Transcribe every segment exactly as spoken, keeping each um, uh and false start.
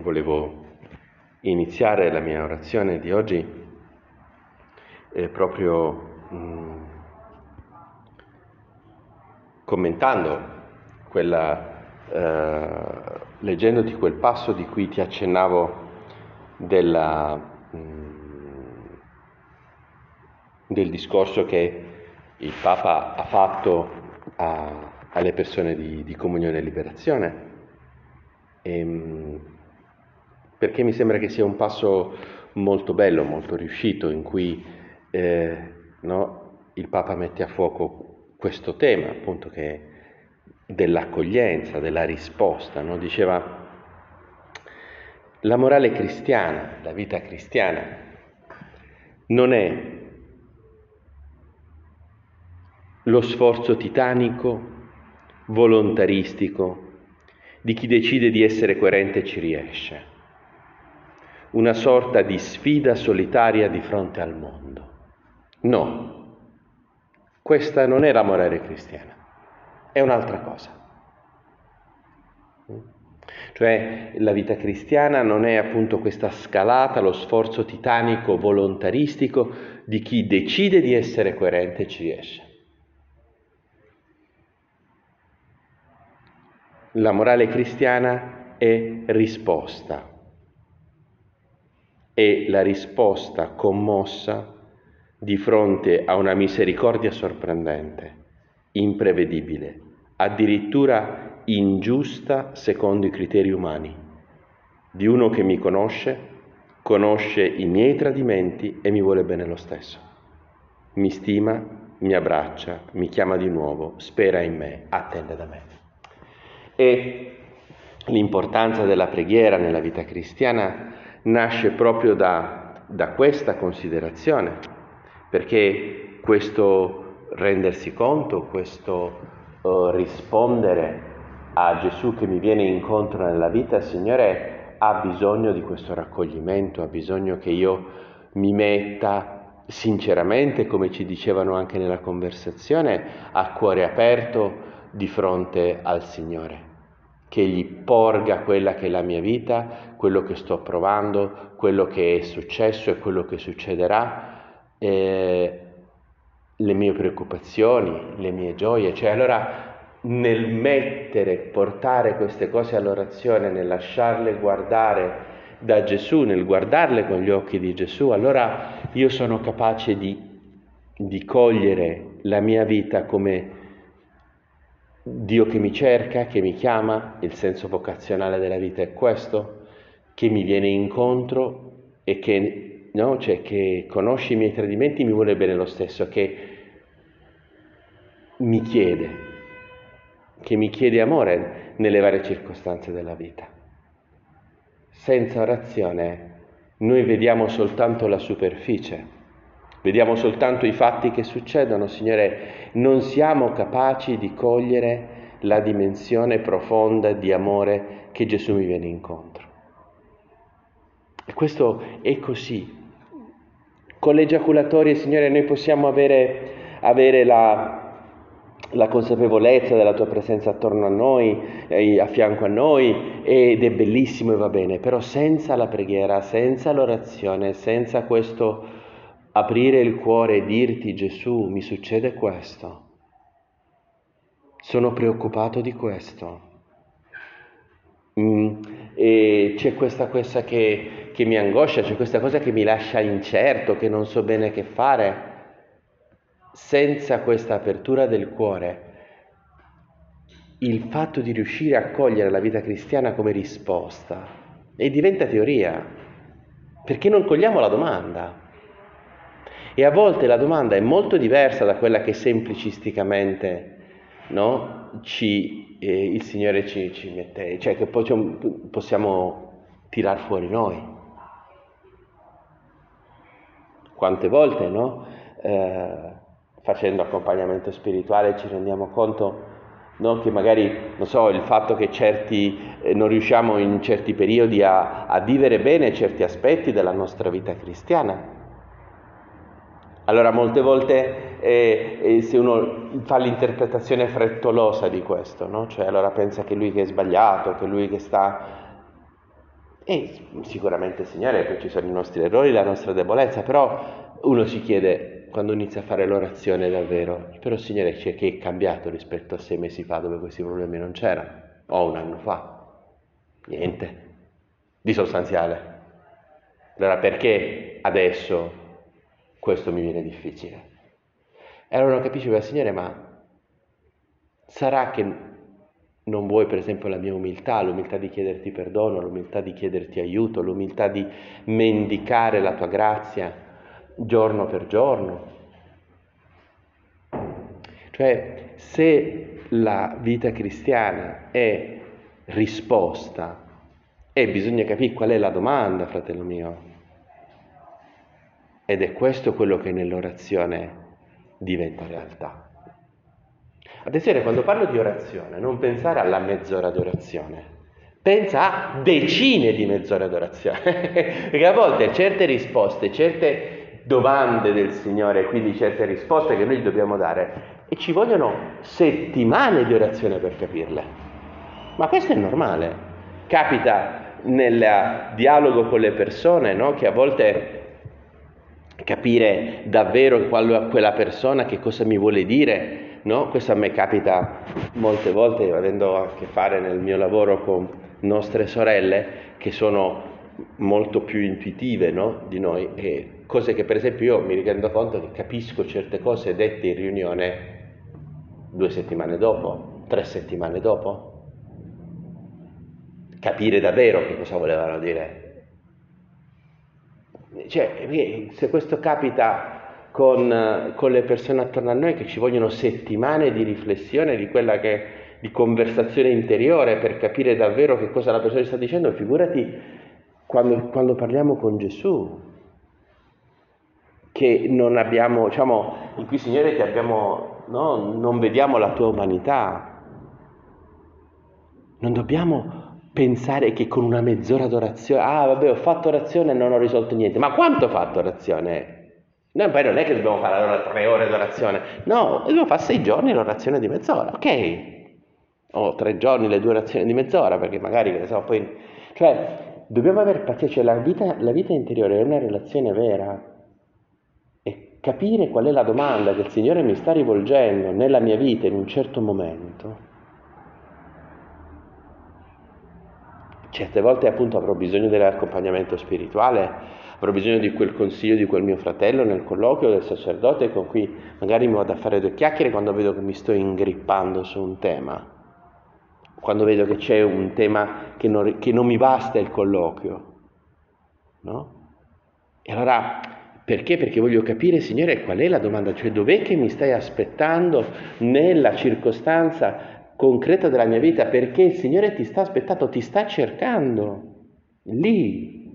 volevo iniziare la mia orazione di oggi eh, proprio mh, commentando quella, eh, leggendoti quel passo di cui ti accennavo della, mh, del discorso che il Papa ha fatto a, alle persone di, di Comunione e Liberazione. E, perché mi sembra che sia un passo molto bello, molto riuscito, in cui eh, no, il Papa mette a fuoco questo tema, appunto, che dell'accoglienza, della risposta, no? Diceva: la morale cristiana, la vita cristiana, non è lo sforzo titanico, volontaristico, di chi decide di essere coerente e ci riesce, una sorta di sfida solitaria di fronte al mondo. No, questa non è la morale cristiana, è un'altra cosa. Cioè la vita cristiana non è appunto questa scalata, lo sforzo titanico, volontaristico di chi decide di essere coerente e ci riesce. La morale cristiana è risposta, è la risposta commossa di fronte a una misericordia sorprendente, imprevedibile, addirittura ingiusta secondo i criteri umani, di uno che mi conosce, conosce i miei tradimenti e mi vuole bene lo stesso. Mi stima, mi abbraccia, mi chiama di nuovo, spera in me, attende da me. E l'importanza della preghiera nella vita cristiana nasce proprio da, da questa considerazione, perché questo rendersi conto, questo uh, rispondere a Gesù che mi viene incontro nella vita, Signore, ha bisogno di questo raccoglimento, ha bisogno che io mi metta sinceramente, come ci dicevano anche nella conversazione, a cuore aperto di fronte al Signore, che gli porga quella che è la mia vita, quello che sto provando, quello che è successo e quello che succederà, eh, le mie preoccupazioni, le mie gioie. Cioè allora nel mettere, portare queste cose all'orazione, nel lasciarle guardare da Gesù, nel guardarle con gli occhi di Gesù, allora io sono capace di, di cogliere la mia vita come Dio che mi cerca, che mi chiama. Il senso vocazionale della vita è questo, che mi viene incontro e che, no, cioè, che conosce i miei tradimenti e mi vuole bene lo stesso, che mi chiede, che mi chiede amore nelle varie circostanze della vita. Senza orazione noi vediamo soltanto la superficie, vediamo soltanto i fatti che succedono, Signore, non siamo capaci di cogliere la dimensione profonda di amore che Gesù mi viene incontro. E questo è così. Con le giaculatorie, Signore, noi possiamo avere, avere la, la consapevolezza della Tua presenza attorno a noi, eh, a fianco a noi, ed è bellissimo e va bene, però senza la preghiera, senza l'orazione, senza questo aprire il cuore e dirti: Gesù, mi succede questo, sono preoccupato di questo, mm, e c'è questa cosa che, che mi angoscia, c'è questa cosa che mi lascia incerto, che non so bene che fare. Senza questa apertura del cuore, il fatto di riuscire a cogliere la vita cristiana come risposta e diventa teoria, perché non cogliamo la domanda. E a volte la domanda è molto diversa da quella che semplicisticamente, no, ci, eh, il Signore ci, ci mette, cioè che poi possiamo tirar fuori noi. Quante volte, no, eh, facendo accompagnamento spirituale ci rendiamo conto, no, che magari, non so, il fatto che certi eh, non riusciamo in certi periodi a, a vivere bene certi aspetti della nostra vita cristiana. Allora molte volte eh, eh, se uno fa l'interpretazione frettolosa di questo, no? Cioè allora pensa che lui che è sbagliato, che lui che sta... E sicuramente, Signore, poi ci sono i nostri errori, la nostra debolezza, però uno si chiede, quando inizia a fare l'orazione davvero, però Signore, c'è che è cambiato rispetto a sei mesi fa dove questi problemi non c'erano, o un anno fa? Niente di sostanziale. Allora perché adesso questo mi viene difficile? E allora non capisce, Signore, ma sarà che non vuoi, per esempio, la mia umiltà, l'umiltà di chiederti perdono, l'umiltà di chiederti aiuto, l'umiltà di mendicare la tua grazia giorno per giorno? Cioè, se la vita cristiana è risposta, e bisogna capire qual è la domanda, fratello mio, ed è questo quello che nell'orazione diventa realtà. Attenzione, quando parlo di orazione, non pensare alla mezz'ora di orazione, pensa a decine di mezz'ore di orazione, perché a volte certe risposte, certe domande del Signore, quindi certe risposte che noi dobbiamo dare, e ci vogliono settimane di orazione per capirle. Ma questo è normale. Capita nel dialogo con le persone, no? Che a volte capire davvero qual, quella persona che cosa mi vuole dire, no? Questo a me capita molte volte, avendo a che fare nel mio lavoro con nostre sorelle che sono molto più intuitive, no? Di noi, e cose che per esempio io mi rendo conto che capisco certe cose dette in riunione due settimane dopo, tre settimane dopo. Capire davvero che cosa volevano dire. Cioè, se questo capita con, con le persone attorno a noi, che ci vogliono settimane di riflessione, di quella che di conversazione interiore per capire davvero che cosa la persona sta dicendo, figurati quando, quando parliamo con Gesù, che non abbiamo, diciamo, in cui Signore ti abbiamo, no, non vediamo la tua umanità. Non dobbiamo pensare che con una mezz'ora d'orazione, ah vabbè, ho fatto orazione e non ho risolto niente. Ma quanto ho fatto orazione? Noi poi non è che dobbiamo fare allora tre ore d'orazione, no, dobbiamo fare sei giorni l'orazione di mezz'ora, ok? O tre giorni le due orazioni di mezz'ora, perché magari, che ne so, poi... Cioè, dobbiamo aver pazienza, cioè la vita, la vita interiore è una relazione vera, e capire qual è la domanda che il Signore mi sta rivolgendo nella mia vita in un certo momento. Certe volte appunto avrò bisogno dell'accompagnamento spirituale, avrò bisogno di quel consiglio di quel mio fratello nel colloquio del sacerdote con cui magari mi vado a fare due chiacchiere quando vedo che mi sto ingrippando su un tema, quando vedo che c'è un tema che non, che non mi basta il colloquio, no? E allora, perché? Perché voglio capire, Signore, qual è la domanda, cioè dov'è che mi stai aspettando nella circostanza concreta della mia vita, perché il Signore ti sta aspettando, ti sta cercando lì,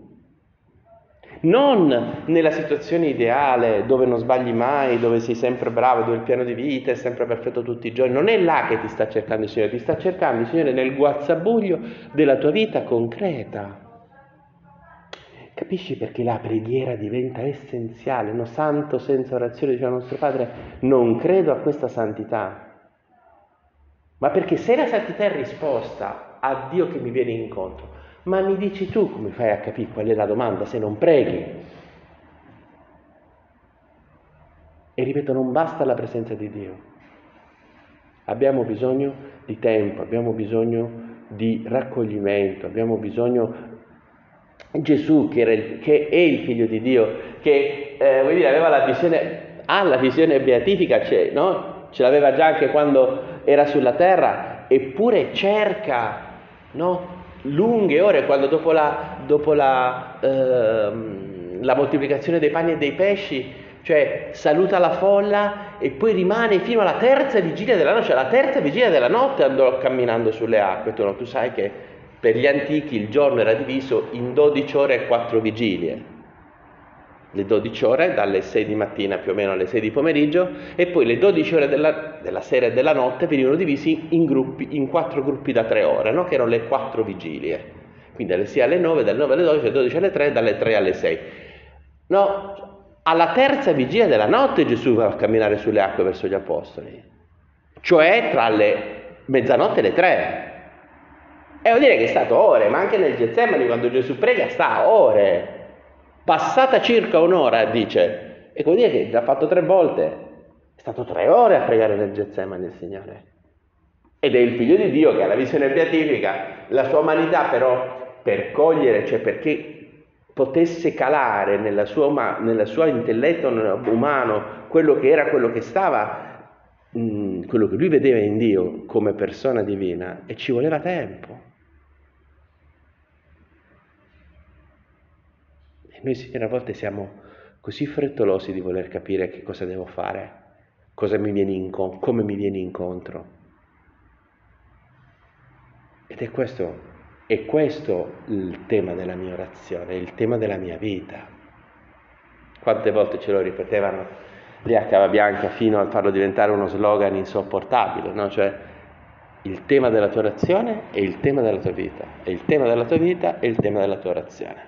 non nella situazione ideale dove non sbagli mai, dove sei sempre bravo, dove il piano di vita è sempre perfetto tutti i giorni. Non è là che ti sta cercando il Signore, ti sta cercando il Signore nel guazzabuglio della tua vita concreta. Capisci perché la preghiera diventa essenziale? No, santo senza orazione, diceva nostro Padre, non credo a questa santità. Ma perché se la santità è risposta a Dio che mi viene incontro, ma mi dici tu come fai a capire qual è la domanda se non preghi? E ripeto, non basta la presenza di Dio. Abbiamo bisogno di tempo, abbiamo bisogno di raccoglimento, abbiamo bisogno... Gesù, che, era il, che è il Figlio di Dio, che eh, vuol dire, aveva la visione, ha la visione beatifica, cioè, no? Ce l'aveva già anche quando era sulla terra, eppure cerca, no? Lunghe ore, quando dopo la, dopo la, ehm, la moltiplicazione dei pani e dei pesci, cioè saluta la folla e poi rimane fino alla terza vigilia della notte, cioè la terza vigilia della notte andò camminando sulle acque. Tu, no? Tu sai che per gli antichi il giorno era diviso in dodici ore e quattro vigilie. Le dodici ore dalle sei di mattina più o meno alle sei di pomeriggio, e poi le dodici ore della, della sera e della notte venivano divisi in gruppi, in quattro gruppi da tre ore, no? Che erano le quattro vigilie. Quindi dalle sei alle nove, dalle nove alle dodici, dalle dodici alle tre, dalle tre alle sei. No, alla terza vigilia della notte Gesù va a camminare sulle acque verso gli apostoli, cioè tra le mezzanotte e le tre. E vuol dire che è stato ore, ma anche nel Getsemani quando Gesù prega sta ore. Passata circa un'ora, dice. E vuol dire che l'ha fatto tre volte. È stato tre ore a pregare nel Getsemani il Signore. Ed è il Figlio di Dio che ha la visione beatifica, la sua umanità però per cogliere, cioè perché potesse calare nella sua, nella sua intelletto umano quello che era, quello che stava, mh, quello che lui vedeva in Dio come persona divina, e ci voleva tempo. E noi, Signore, a volte siamo così frettolosi di voler capire che cosa devo fare, cosa mi viene incontro, come mi viene incontro. Ed è questo, è questo il tema della mia orazione, il tema della mia vita. Quante volte ce lo ripetevano lì a Cavabianca fino a farlo diventare uno slogan insopportabile, no? Cioè, il tema della tua orazione è il tema della tua vita, e il tema della tua vita è il tema della tua orazione.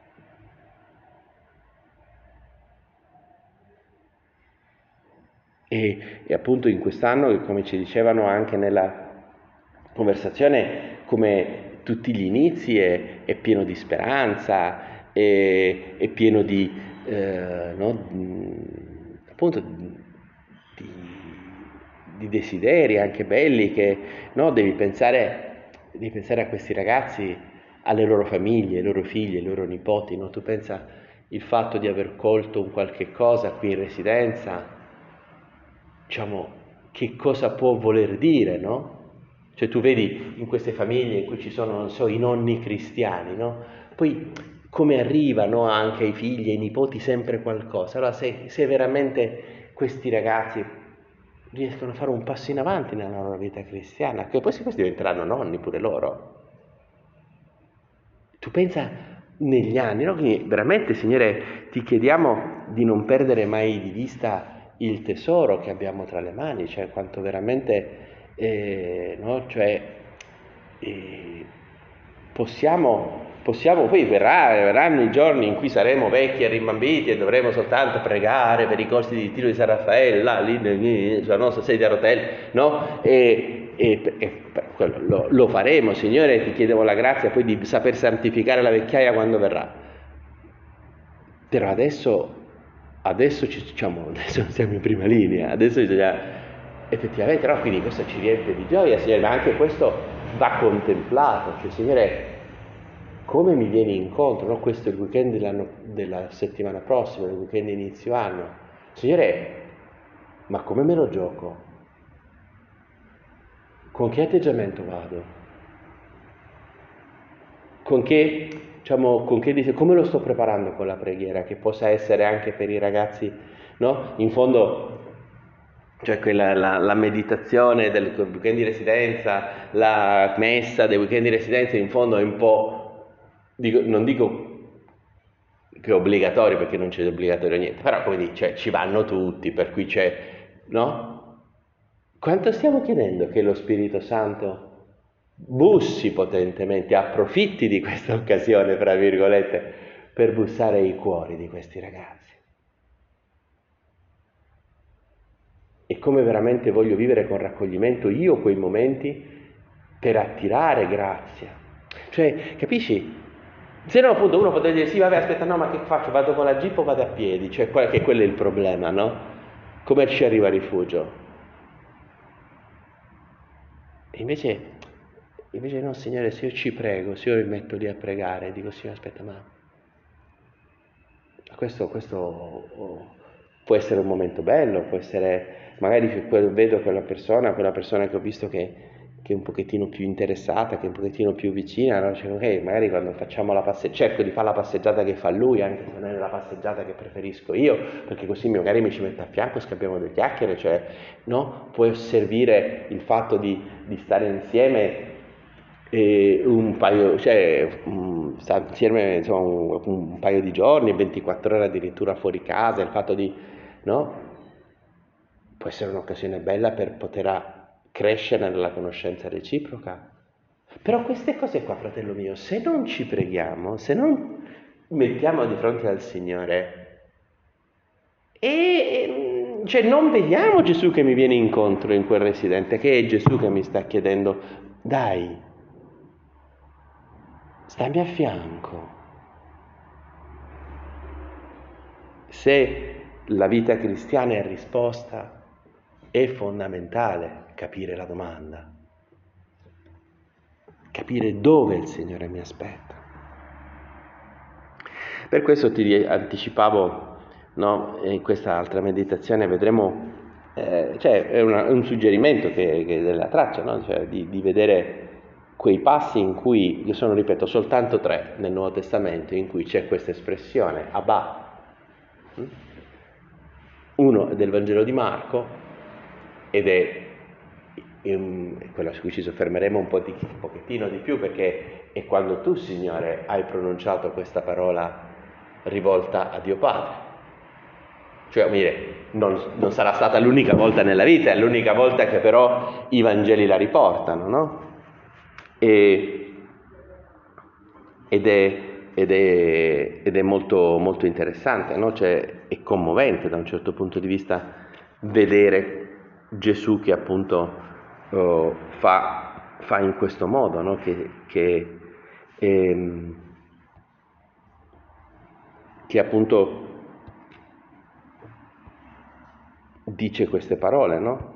E, e appunto in quest'anno, come ci dicevano anche nella conversazione, come tutti gli inizi è, è pieno di speranza, è, è pieno di, eh, no, appunto, di, di desideri anche belli, che no, devi pensare, devi pensare a questi ragazzi, alle loro famiglie, ai loro figli, ai loro nipoti, no? Tu pensa il fatto di aver colto un qualche cosa qui in residenza, diciamo, che cosa può voler dire, no? Cioè tu vedi in queste famiglie in cui ci sono, non so, i nonni cristiani, no? Poi come arrivano anche ai figli e ai nipoti sempre qualcosa. Allora se, se veramente questi ragazzi riescono a fare un passo in avanti nella loro vita cristiana, che poi se questi diventeranno nonni pure loro. Tu pensa negli anni, no? Quindi veramente, Signore, ti chiediamo di non perdere mai di vista il tesoro che abbiamo tra le mani, cioè quanto veramente, eh, no? Cioè, eh, possiamo, possiamo, poi verrà, verranno i giorni in cui saremo vecchi e rimbambiti e dovremo soltanto pregare per i corsi di tiro di San Raffaele, là, lì, sulla nostra sedia a rotelle, no? E, e, e lo, lo faremo, Signore, ti chiedevo la grazia poi di saper santificare la vecchiaia quando verrà. Però adesso, adesso ci diciamo, adesso siamo in prima linea, adesso bisogna effettivamente, no? Quindi questo ci riempie di gioia, Signore, ma anche questo va contemplato, cioè, Signore, come mi vieni incontro, no? Questo è il weekend dell'anno, della settimana prossima, il weekend di inizio anno, Signore, ma come me lo gioco? Con che atteggiamento vado? Con che, diciamo, con che, come lo sto preparando con la preghiera, che possa essere anche per i ragazzi, no? In fondo, cioè quella, la, la meditazione del weekend di residenza, la messa del weekend di residenza, in fondo è un po', dico, non dico che è obbligatorio, perché non c'è obbligatorio niente, però come dice, cioè, ci vanno tutti, per cui c'è, no? Quanto stiamo chiedendo che lo Spirito Santo bussi potentemente, approfitti di questa occasione, fra virgolette, per bussare ai cuori di questi ragazzi? E come veramente voglio vivere con raccoglimento io quei momenti per attirare grazia. Cioè, capisci? Se no, appunto, uno potrebbe dire, sì, vabbè, aspetta, no, ma che faccio? Vado con la jeep o vado a piedi? Cioè, che quello è il problema, no? Come ci arriva a rifugio? E invece, invece no, Signore, se io ci prego, se io mi metto lì a pregare, dico, Signore, aspetta, ma questo, questo può essere un momento bello, può essere, magari vedo quella persona, quella persona che ho visto che, che è un pochettino più interessata, che è un pochettino più vicina, no? Cioè, ok, magari quando facciamo la passeggiata, cerco di fare la passeggiata che fa lui, anche se non è la passeggiata che preferisco io, perché così magari mi ci metto a fianco, scambiamo due chiacchiere, cioè, no? Può servire il fatto di, di stare insieme e un paio, cioè, um, sta insieme, insomma, un, un paio di giorni, ventiquattro ore addirittura fuori casa, il fatto di, no? Può essere un'occasione bella per poter crescere nella conoscenza reciproca. Però queste cose qua, fratello mio, se non ci preghiamo, se non mettiamo di fronte al Signore e cioè non vediamo Gesù che mi viene incontro in quel residente, che è Gesù che mi sta chiedendo, dai, stammi a fianco. Se la vita cristiana è risposta, è fondamentale capire la domanda, capire dove il Signore mi aspetta. Per questo ti anticipavo, no, in questa altra meditazione vedremo, eh, cioè è, una, è un suggerimento che, che della traccia, no? Cioè di, di vedere quei passi in cui, io sono, ripeto, soltanto tre nel Nuovo Testamento, in cui c'è questa espressione, Abba. Uno è del Vangelo di Marco, ed è um, quello su cui ci soffermeremo un, po di, un pochettino di più, perché è quando tu, Signore, hai pronunciato questa parola rivolta a Dio Padre. Cioè, come dire, non, non sarà stata l'unica volta nella vita, è l'unica volta che però i Vangeli la riportano, no? E, ed è, ed è, ed è molto, molto interessante, no? Cioè, è commovente da un certo punto di vista vedere Gesù che appunto oh, fa, fa in questo modo, no? Che, che, ehm, che appunto dice queste parole, no?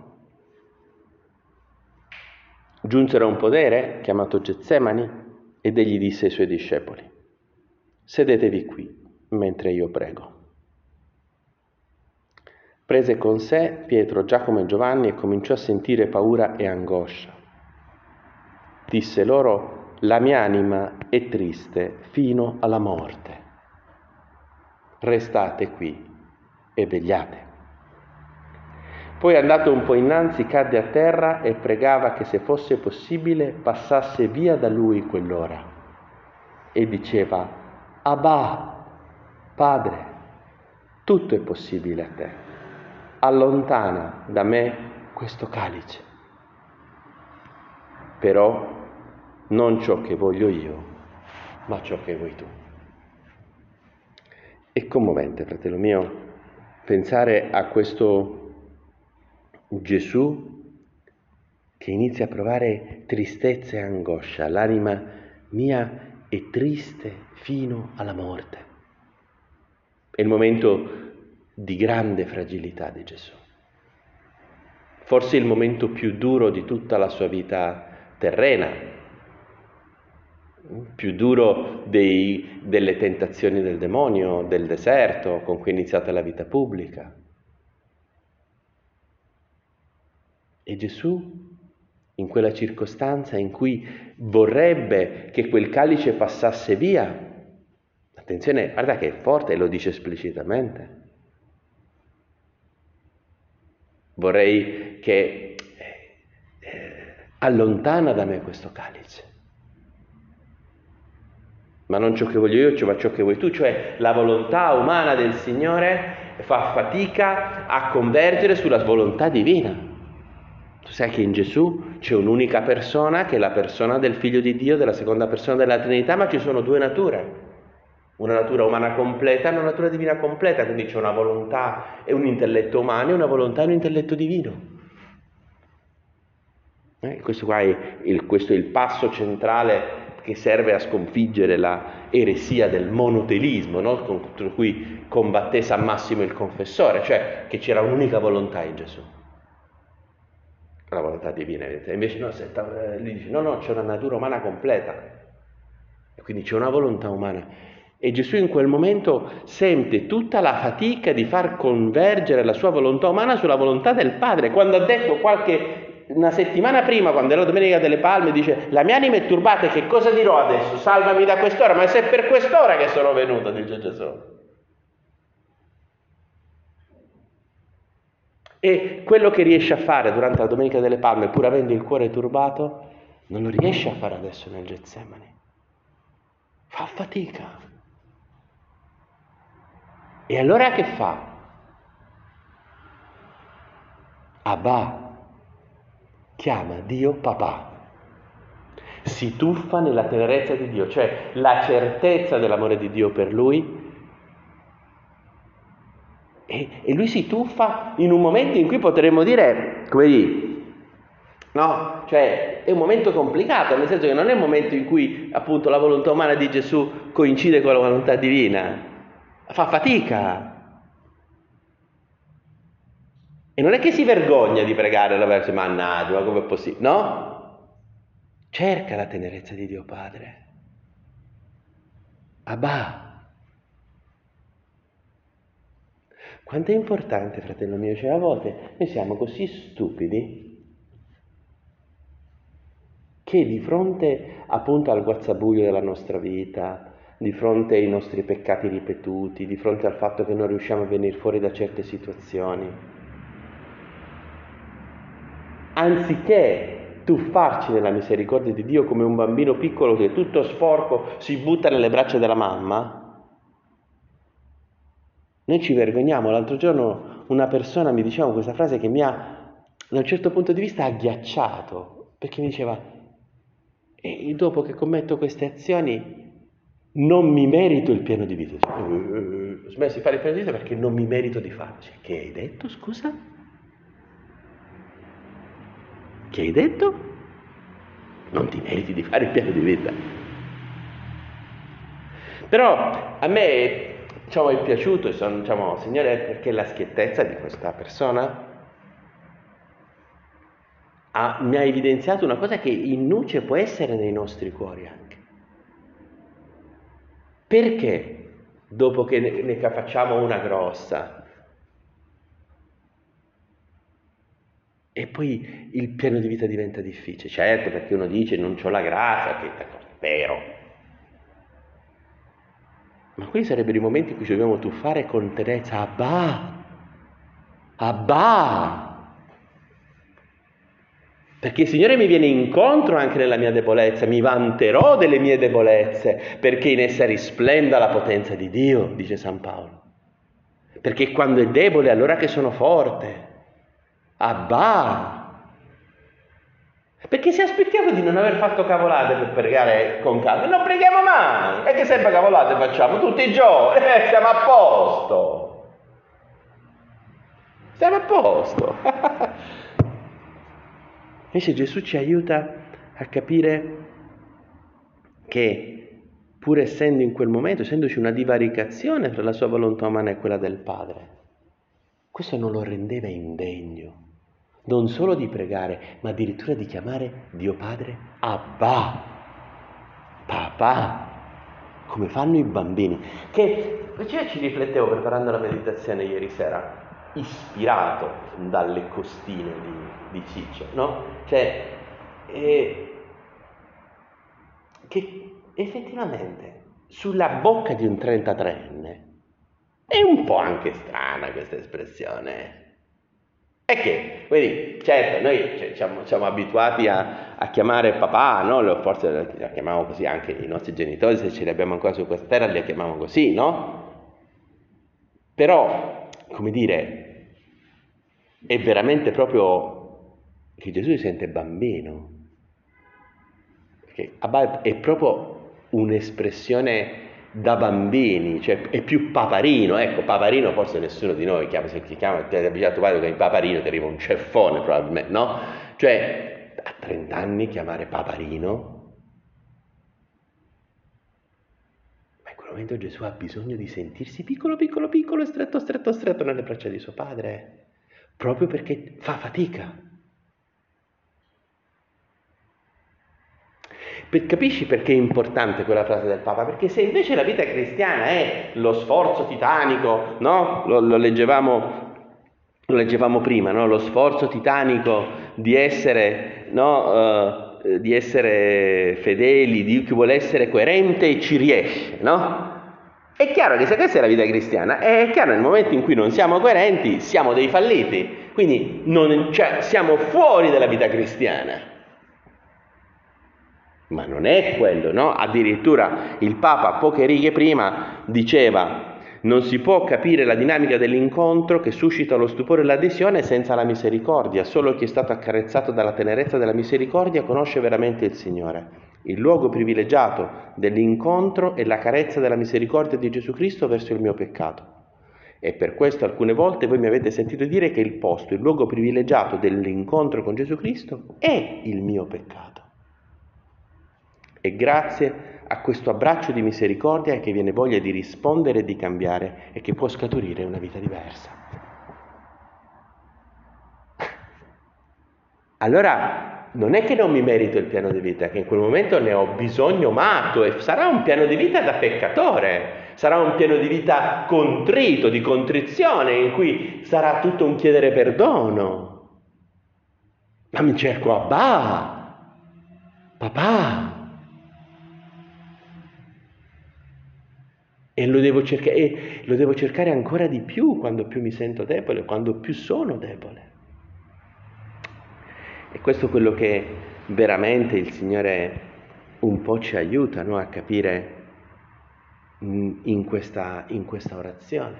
Giunsero a un podere chiamato Getsemani ed egli disse ai suoi discepoli: sedetevi qui mentre io prego. Prese con sé Pietro, Giacomo e Giovanni e cominciò a sentire paura e angoscia. Disse loro: la mia anima è triste fino alla morte. Restate qui e vegliate. Poi, andato un po' innanzi, cadde a terra e pregava che, se fosse possibile, passasse via da lui quell'ora. E diceva: Abba, Padre, tutto è possibile a te. Allontana da me questo calice. Però non ciò che voglio io, ma ciò che vuoi tu. È commovente, fratello mio, pensare a questo Gesù che inizia a provare tristezza e angoscia. L'anima mia è triste fino alla morte. È il momento di grande fragilità di Gesù. Forse il momento più duro di tutta la sua vita terrena, più duro dei, delle tentazioni del demonio, del deserto, con cui è iniziata la vita pubblica. E Gesù, in quella circostanza in cui vorrebbe che quel calice passasse via, attenzione, guarda che è forte e lo dice esplicitamente. Vorrei che eh, allontana da me questo calice. Ma non ciò che voglio io, ma ciò che vuoi tu, cioè la volontà umana del Signore fa fatica a convergere sulla volontà divina. Tu sai che in Gesù c'è un'unica persona, che è la persona del Figlio di Dio, della seconda persona della Trinità, ma ci sono due nature. Una natura umana completa e una natura divina completa, quindi c'è una volontà e un intelletto umano e una volontà e un intelletto divino. Eh, questo qua è il, questo è il passo centrale che serve a sconfiggere la eresia del monotelismo, no? Contro cui combatté San Massimo il Confessore, cioè che c'era un'unica volontà in Gesù. La volontà divina, invece no, se, lui dice no, no, c'è una natura umana completa, e quindi c'è una volontà umana. E Gesù in quel momento sente tutta la fatica di far convergere la sua volontà umana sulla volontà del Padre. Quando ha detto qualche, una settimana prima, quando era la Domenica delle Palme, dice: la mia anima è turbata, che cosa dirò adesso? Salvami da quest'ora, ma se è per quest'ora che sono venuto, dice Gesù. E quello che riesce a fare durante la Domenica delle Palme, pur avendo il cuore turbato, non lo riesce a fare adesso nel Getsemani. Fa fatica. E allora che fa? Abba, chiama Dio papà. Si tuffa nella tenerezza di Dio, cioè la certezza dell'amore di Dio per lui. E, e lui si tuffa in un momento in cui potremmo dire, come dire, No? Cioè, è un momento complicato, nel senso che non è un momento in cui, appunto, la volontà umana di Gesù coincide con la volontà divina. Fa fatica. E non è che si vergogna di pregare alla Vergine, mannaggia, ma com'è possibile? No? Cerca la tenerezza di Dio Padre. Abba. Quanto è importante, fratello mio, cioè a volte noi siamo così stupidi che di fronte appunto al guazzabuglio della nostra vita, di fronte ai nostri peccati ripetuti, di fronte al fatto che non riusciamo a venire fuori da certe situazioni, anziché tuffarci nella misericordia di Dio come un bambino piccolo che tutto sporco si butta nelle braccia della mamma, noi ci vergogniamo. L'altro giorno una persona mi diceva questa frase che mi ha, da un certo punto di vista, agghiacciato, perché mi diceva: e dopo che commetto queste azioni non mi merito il pieno di vita. Ho smesso di fare il pieno di vita perché non mi merito di farlo. Cioè, che hai detto, scusa? Che hai detto? Non ti meriti di fare il pieno di vita. Però a me, diciamo, è piaciuto, e sono, diciamo, Signore, perché la schiettezza di questa persona ha, mi ha evidenziato una cosa che in nuce può essere nei nostri cuori anche. Perché dopo che ne, ne facciamo una grossa e poi il pieno di vita diventa difficile? Certo, perché uno dice non c'ho la grazia, che è vero. Ma quelli sarebbero i momenti in cui ci dobbiamo tuffare con tenerezza. Abba! Abba! Perché il Signore mi viene incontro anche nella mia debolezza, mi vanterò delle mie debolezze, perché in essa risplenda la potenza di Dio, dice San Paolo. Perché quando è debole, allora che sono forte. Abba! Perché se aspettiamo di non aver fatto cavolate per pregare con calma, non preghiamo mai! E che sempre cavolate facciamo tutti i giorni, eh, siamo a posto! Siamo a posto! Invece Gesù ci aiuta a capire che, pur essendo in quel momento, essendoci una divaricazione tra la sua volontà umana e quella del Padre, questo non lo rendeva indegno, non solo di pregare, ma addirittura di chiamare Dio Padre Abba, papà, come fanno i bambini. Che cioè, ci riflettevo preparando la meditazione ieri sera, ispirato dalle costine di, di Ciccio, no? Cioè, eh, che effettivamente sulla bocca di un trentatreenne è un po' anche strana questa espressione. È che, quindi, certo, noi cioè, siamo, siamo abituati a, a chiamare papà, no? Forse la chiamiamo così anche i nostri genitori, se ce li abbiamo ancora su questa terra, li chiamiamo così, no? Però, come dire, è veramente proprio che Gesù si sente bambino. Perché Abba è proprio un'espressione da bambini, cioè è più paparino, ecco, paparino forse nessuno di noi chiama, se ti chiama, ti avvicini a tuo padre con il paparino ti arriva un ceffone probabilmente, no? Cioè, a trenta anni chiamare paparino, ma in quel momento Gesù ha bisogno di sentirsi piccolo, piccolo, piccolo, stretto, stretto, stretto nelle braccia di suo padre, proprio perché fa fatica. Per, capisci perché è importante quella frase del Papa? Perché se invece la vita cristiana è lo sforzo titanico, no? Lo, lo leggevamo lo leggevamo prima, no? Lo sforzo titanico di essere, no? uh, di essere fedeli, di chi vuole essere coerente e ci riesce, no? È chiaro che se questa è la vita cristiana, è chiaro nel momento in cui non siamo coerenti, siamo dei falliti, quindi non, cioè, siamo fuori dalla vita cristiana. Ma non è quello, no? Addirittura il Papa, poche righe prima, diceva: non si può capire la dinamica dell'incontro che suscita lo stupore e l'adesione senza la misericordia. Solo chi è stato accarezzato dalla tenerezza della misericordia conosce veramente il Signore. Il luogo privilegiato dell'incontro è la carezza della misericordia di Gesù Cristo verso il mio peccato. E per questo alcune volte voi mi avete sentito dire che il posto, il luogo privilegiato dell'incontro con Gesù Cristo è il mio peccato. E grazie a questo abbraccio di misericordia che viene voglia di rispondere e di cambiare e che può scaturire una vita diversa. Allora non è che non mi merito il piano di vita, che in quel momento ne ho bisogno matto e sarà un piano di vita da peccatore, sarà un piano di vita contrito, di contrizione, in cui sarà tutto un chiedere perdono. Ma mi cerco Abba, papà. E lo devo cercare, e lo devo cercare ancora di più quando più mi sento debole, quando più sono debole. E questo è quello che veramente il Signore un po' ci aiuta, no, a capire in questa, in questa orazione.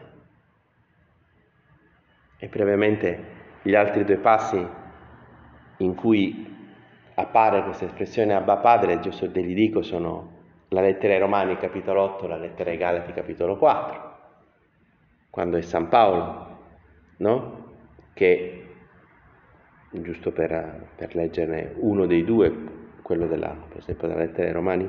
E brevemente gli altri due passi in cui appare questa espressione Abba Padre, giusto te li dico, sono la lettera ai Romani capitolo otto, la lettera ai Galati capitolo quattro, quando è San Paolo, no? Che giusto per, per leggerne uno dei due, quello della, per esempio della lettera ai Romani,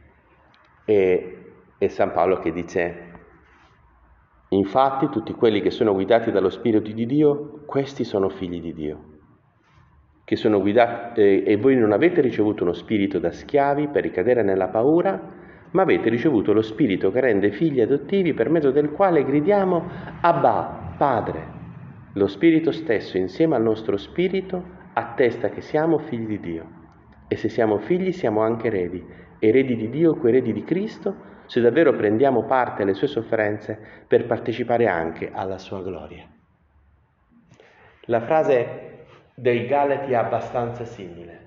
e, e San Paolo che dice: infatti tutti quelli che sono guidati dallo Spirito di Dio, questi sono figli di Dio, che sono guidati, eh, e voi non avete ricevuto uno spirito da schiavi per ricadere nella paura, ma avete ricevuto lo spirito che rende figli adottivi, per mezzo del quale gridiamo Abba, Padre. Lo Spirito stesso, insieme al nostro spirito, attesta che siamo figli di Dio. E se siamo figli, siamo anche eredi, eredi di Dio, coeredi di Cristo, se davvero prendiamo parte alle sue sofferenze per partecipare anche alla sua gloria. La frase dei Galati è abbastanza simile.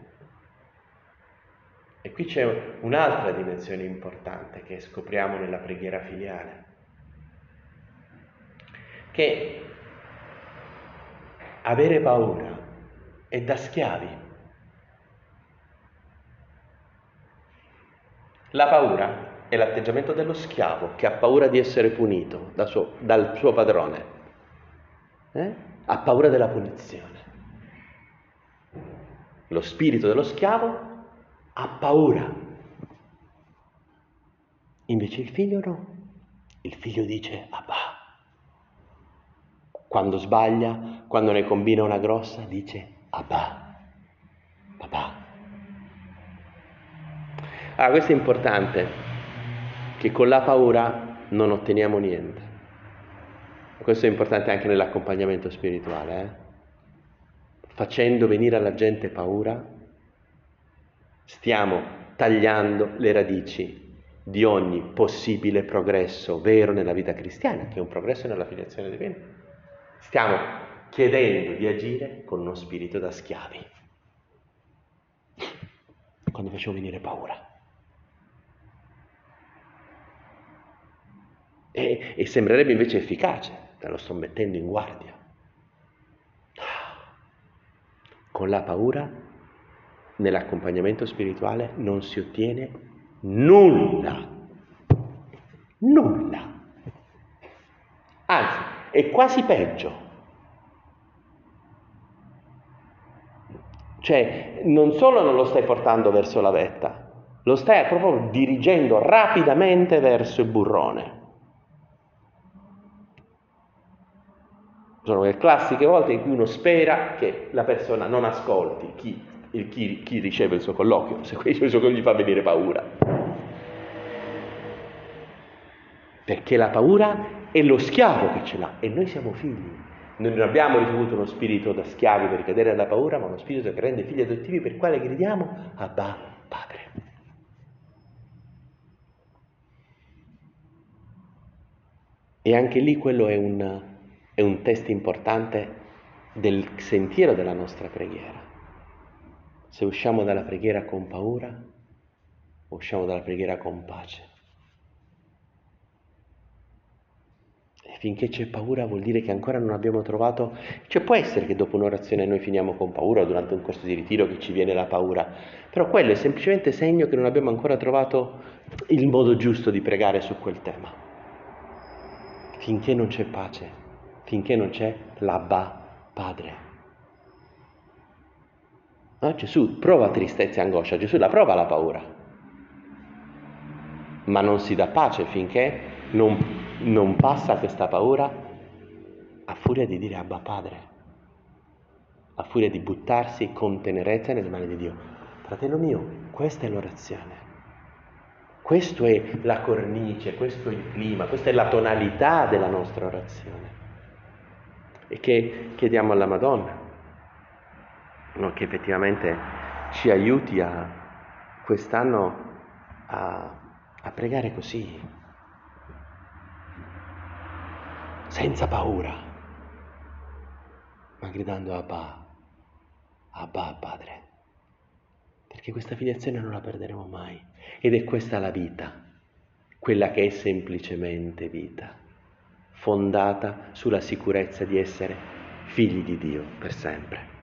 E qui c'è un'altra dimensione importante che scopriamo nella preghiera filiale, che avere paura è da schiavi. La paura è l'atteggiamento dello schiavo che ha paura di essere punito da suo, dal suo padrone, eh? Ha paura della punizione. Lo spirito dello schiavo ha paura. Invece il figlio no. Il figlio dice Abba. Quando sbaglia, quando ne combina una grossa, dice Abba, papà. Ah, questo è importante, che con la paura non otteniamo niente. Questo è importante anche nell'accompagnamento spirituale. Eh? Facendo venire alla gente paura, stiamo tagliando le radici di ogni possibile progresso vero nella vita cristiana, che è un progresso nella filiazione divina. Stiamo chiedendo di agire con uno spirito da schiavi, quando facciamo venire paura. E, e sembrerebbe invece efficace, te lo sto mettendo in guardia. Con la paura, nell'accompagnamento spirituale, non si ottiene nulla. Nulla. Anzi, è quasi peggio. Cioè, non solo non lo stai portando verso la vetta, lo stai proprio dirigendo rapidamente verso il burrone. Sono le classiche volte in cui uno spera che la persona non ascolti chi, chi, chi riceve il suo colloquio, se il suo colloquio gli fa venire paura. Perché la paura è lo schiavo che ce l'ha e noi siamo figli. Noi non abbiamo ricevuto uno spirito da schiavi per cadere alla paura, ma uno spirito che rende figli adottivi, per il quale gridiamo Abba, Padre. E anche lì quello è un, è un test importante del sentiero della nostra preghiera. Se usciamo dalla preghiera con paura o usciamo dalla preghiera con pace. E finché c'è paura vuol dire che ancora non abbiamo trovato, cioè può essere che dopo un'orazione noi finiamo con paura o durante un corso di ritiro che ci viene la paura, però quello è semplicemente segno che non abbiamo ancora trovato il modo giusto di pregare su quel tema. finché non c'è pace, finché non c'è l'Abba Padre. No? Gesù prova tristezza e angoscia, Gesù la prova la paura, ma non si dà pace finché non, non passa questa paura a furia di dire Abba Padre, a furia di buttarsi con tenerezza nelle mani di Dio. Fratello mio, questa è l'orazione. Questa è la cornice, questo è il clima, questa è la tonalità della nostra orazione. E che chiediamo alla Madonna, no, che effettivamente ci aiuti a quest'anno a, a pregare così, senza paura, ma gridando Abba, Abba Padre. Perché questa filiazione non la perderemo mai. Ed è questa la vita, quella che è semplicemente vita, fondata sulla sicurezza di essere figli di Dio per sempre.